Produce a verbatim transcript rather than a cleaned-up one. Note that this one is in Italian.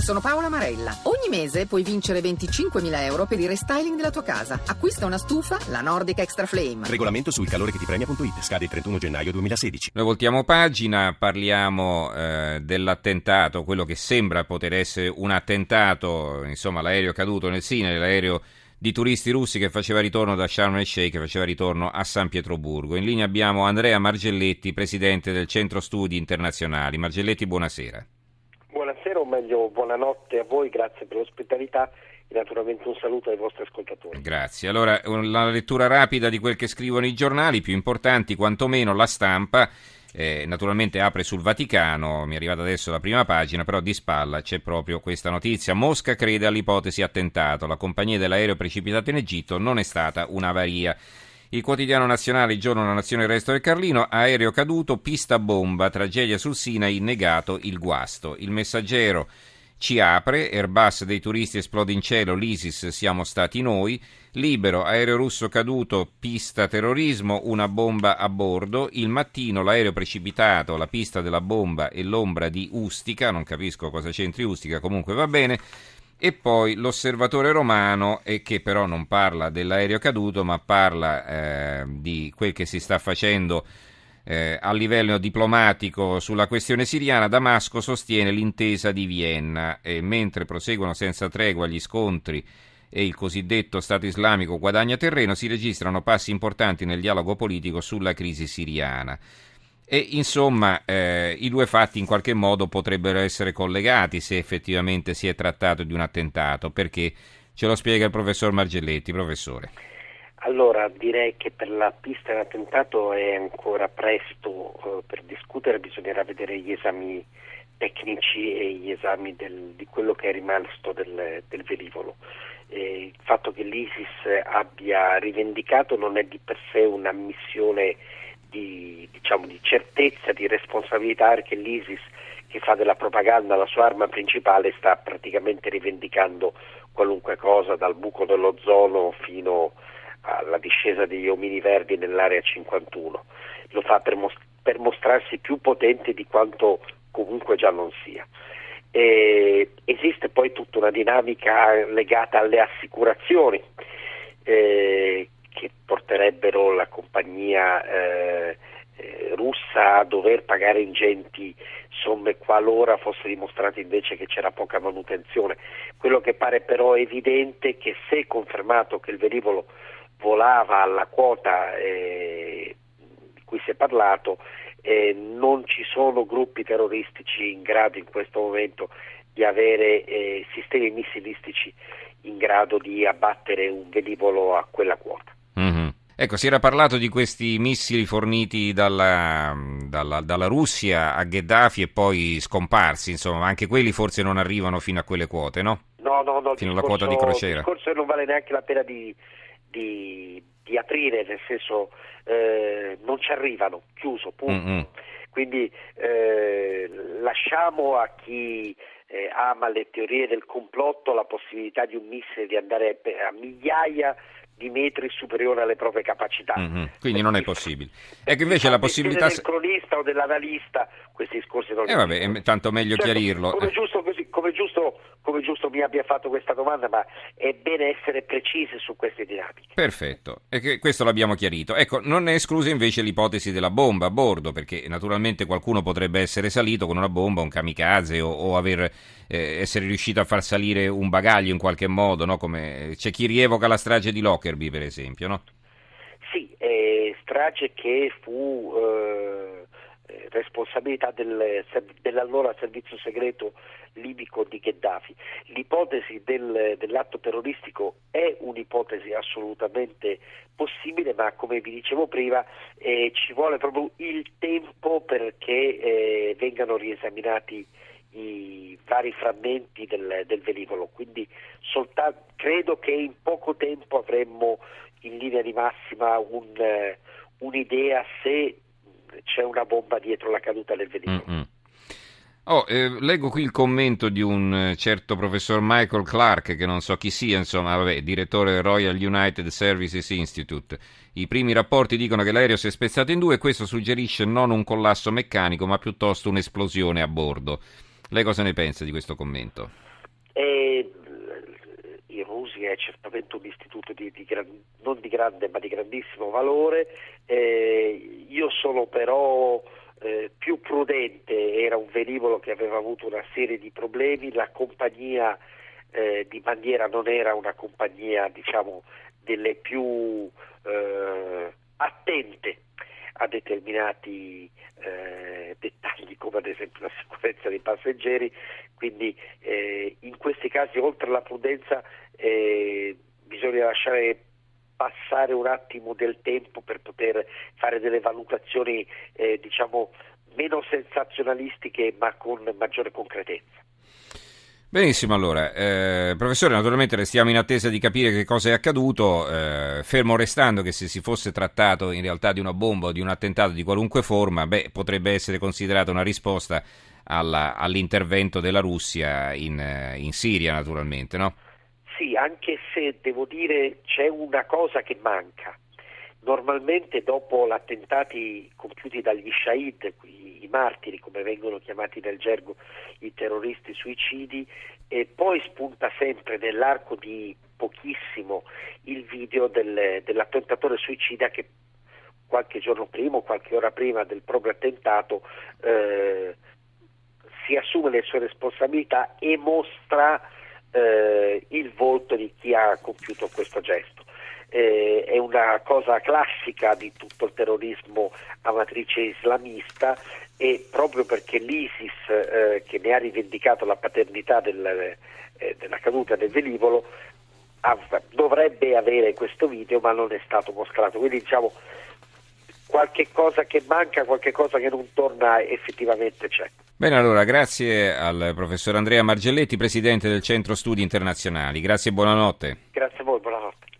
Sono Paola Marella. Ogni mese puoi vincere venticinquemila euro per il restyling della tua casa. Acquista una stufa, la Nordic Extra Flame. Regolamento sul calore che ti premia punto it. Scade il trentuno gennaio duemilasedici. Noi voltiamo pagina, parliamo eh, dell'attentato, quello che sembra poter essere un attentato, insomma l'aereo caduto nel Sinai, l'aereo di turisti russi che faceva ritorno da Sharm el Sheikh, che faceva ritorno a San Pietroburgo. In linea abbiamo Andrea Margelletti, presidente del Centro Studi Internazionali. Margelletti, buonasera. Buonasera, o meglio buonanotte a voi, grazie per l'ospitalità e naturalmente un saluto ai vostri ascoltatori. Grazie. Allora, una lettura rapida di quel che scrivono i giornali, più importanti quantomeno La Stampa. Eh, naturalmente apre sul Vaticano, mi è arrivata adesso la prima pagina, però di spalla c'è proprio questa notizia. Mosca crede all'ipotesi attentato, la compagnia dell'aereo precipitato in Egitto non è stata un'avaria. Il quotidiano nazionale, Il Giorno, La Nazione, Il Resto del Carlino, aereo caduto, pista bomba, tragedia sul Sinai, negato il guasto. Il Messaggero ci apre, Airbus dei turisti esplode in cielo, l'ISIS siamo stati noi. Libero, aereo russo caduto, pista terrorismo, una bomba a bordo. Il Mattino, l'aereo precipitato, la pista della bomba e l'ombra di Ustica, non capisco cosa c'entri Ustica, comunque va bene. E poi l'Osservatore Romano, e che però non parla dell'aereo caduto, ma parla eh, di quel che si sta facendo eh, a livello diplomatico sulla questione siriana. Damasco sostiene l'intesa di Vienna, e mentre proseguono senza tregua gli scontri e il cosiddetto Stato islamico guadagna terreno, si registrano passi importanti nel dialogo politico sulla crisi siriana. E insomma eh, i due fatti in qualche modo potrebbero essere collegati se effettivamente si è trattato di un attentato, perché ce lo spiega il professor Margelletti. Professore. Allora, direi che per la pista dell'attentato è ancora presto eh, per discutere, bisognerà vedere gli esami tecnici e gli esami del, di quello che è rimasto del, del velivolo. Eh, il fatto che l'ISIS abbia rivendicato non è di per sé un'ammissione di, diciamo, di certezza, di responsabilità, perché l'ISIS, che fa della propaganda la sua arma principale, sta praticamente rivendicando qualunque cosa, dal buco dell'ozono fino alla discesa degli omini verdi nell'area cinquantuno. Lo fa per, most- per mostrarsi più potente di quanto comunque già non sia. E esiste poi tutta una dinamica legata alle assicurazioni eh, che porterebbero la compagnia eh, eh, russa a dover pagare ingenti somme qualora fosse dimostrato invece che c'era poca manutenzione. Quello che pare però evidente è che, se confermato che il velivolo volava alla quota eh, di cui si è parlato, Eh, non ci sono gruppi terroristici in grado in questo momento di avere eh, sistemi missilistici in grado di abbattere un velivolo a quella quota. Mm-hmm. Ecco, si era parlato di questi missili forniti dalla, dalla, dalla Russia a Gheddafi e poi scomparsi, insomma, anche quelli forse non arrivano fino a quelle quote, no? No, no, no. Fino discorso, alla quota di crociera. Il discorso non vale neanche la pena di, di, di aprire, nel senso eh, non ci arrivano, chiuso, punto. Mm-hmm. Quindi eh, lasciamo a chi eh, ama le teorie del complotto la possibilità di un missile di andare a migliaia di metri superiore alle proprie capacità. Mm-hmm. Quindi non è possibile. Ecco, invece la possibilità del cronista o dell'analista, questi discorsi non eh vabbè, è tanto meglio certo, chiarirlo. Come giusto, così, come giusto come giusto mi abbia fatto questa domanda, ma è bene essere precisi su queste dinamiche. Perfetto, e che questo l'abbiamo chiarito. Ecco, non è esclusa invece l'ipotesi della bomba a bordo, perché naturalmente qualcuno potrebbe essere salito con una bomba, un kamikaze, o, o aver eh, essere riuscito a far salire un bagaglio in qualche modo, no? Come c'è chi rievoca la strage di Lockerbie, per esempio, no? Sì, eh, strage che fu eh, responsabilità del, dell'allora servizio segreto libico di Gheddafi. L'ipotesi del, dell'atto terroristico è un'ipotesi assolutamente possibile, ma come vi dicevo prima eh, ci vuole proprio il tempo perché eh, vengano riesaminati i vari frammenti del, del velivolo, quindi soltanto, credo che in poco tempo avremmo in linea di massima un, uh, un'idea se c'è una bomba dietro la caduta del velivolo. Mm-hmm. Oh, eh, leggo qui il commento di un certo professor Michael Clark, che non so chi sia, insomma, vabbè, direttore del Royal United Services Institute. I primi rapporti dicono che l'aereo si è spezzato in due e questo suggerisce non un collasso meccanico, ma piuttosto un'esplosione a bordo. Lei cosa ne pensa di questo commento? E, in Russia è certamente un istituto di, di gran, non di grande ma di grandissimo valore. Eh, io sono però eh, più prudente, era un velivolo che aveva avuto una serie di problemi, la compagnia eh, di bandiera non era una compagnia, diciamo, delle più eh, attente a determinati eh, dettagli, come ad esempio la sicurezza dei passeggeri, quindi eh, in questi casi oltre alla prudenza eh, bisogna lasciare passare un attimo del tempo per poter fare delle valutazioni eh, diciamo meno sensazionalistiche ma con maggiore concretezza. Benissimo, allora, eh, professore, naturalmente restiamo in attesa di capire che cosa è accaduto, eh, fermo restando che se si fosse trattato in realtà di una bomba o di un attentato di qualunque forma, beh, potrebbe essere considerata una risposta alla, all'intervento della Russia in, in Siria, naturalmente, no? Sì, anche se devo dire c'è una cosa che manca. Normalmente dopo gli attentati compiuti dagli Shahid, i, i martiri come vengono chiamati nel gergo, i terroristi suicidi, e poi spunta sempre nell'arco di pochissimo il video del, dell'attentatore suicida che qualche giorno prima o qualche ora prima del proprio attentato eh, si assume le sue responsabilità e mostra eh, il volto di chi ha compiuto questo gesto. Eh, è una cosa classica di tutto il terrorismo a matrice islamista, e proprio perché l'ISIS eh, che ne ha rivendicato la paternità del, eh, della caduta del velivolo av- dovrebbe avere questo video ma non è stato mostrato, quindi diciamo qualche cosa che manca, qualche cosa che non torna effettivamente c'è. Bene, allora grazie al professor Andrea Margelletti, presidente del Centro Studi Internazionali, grazie e buonanotte.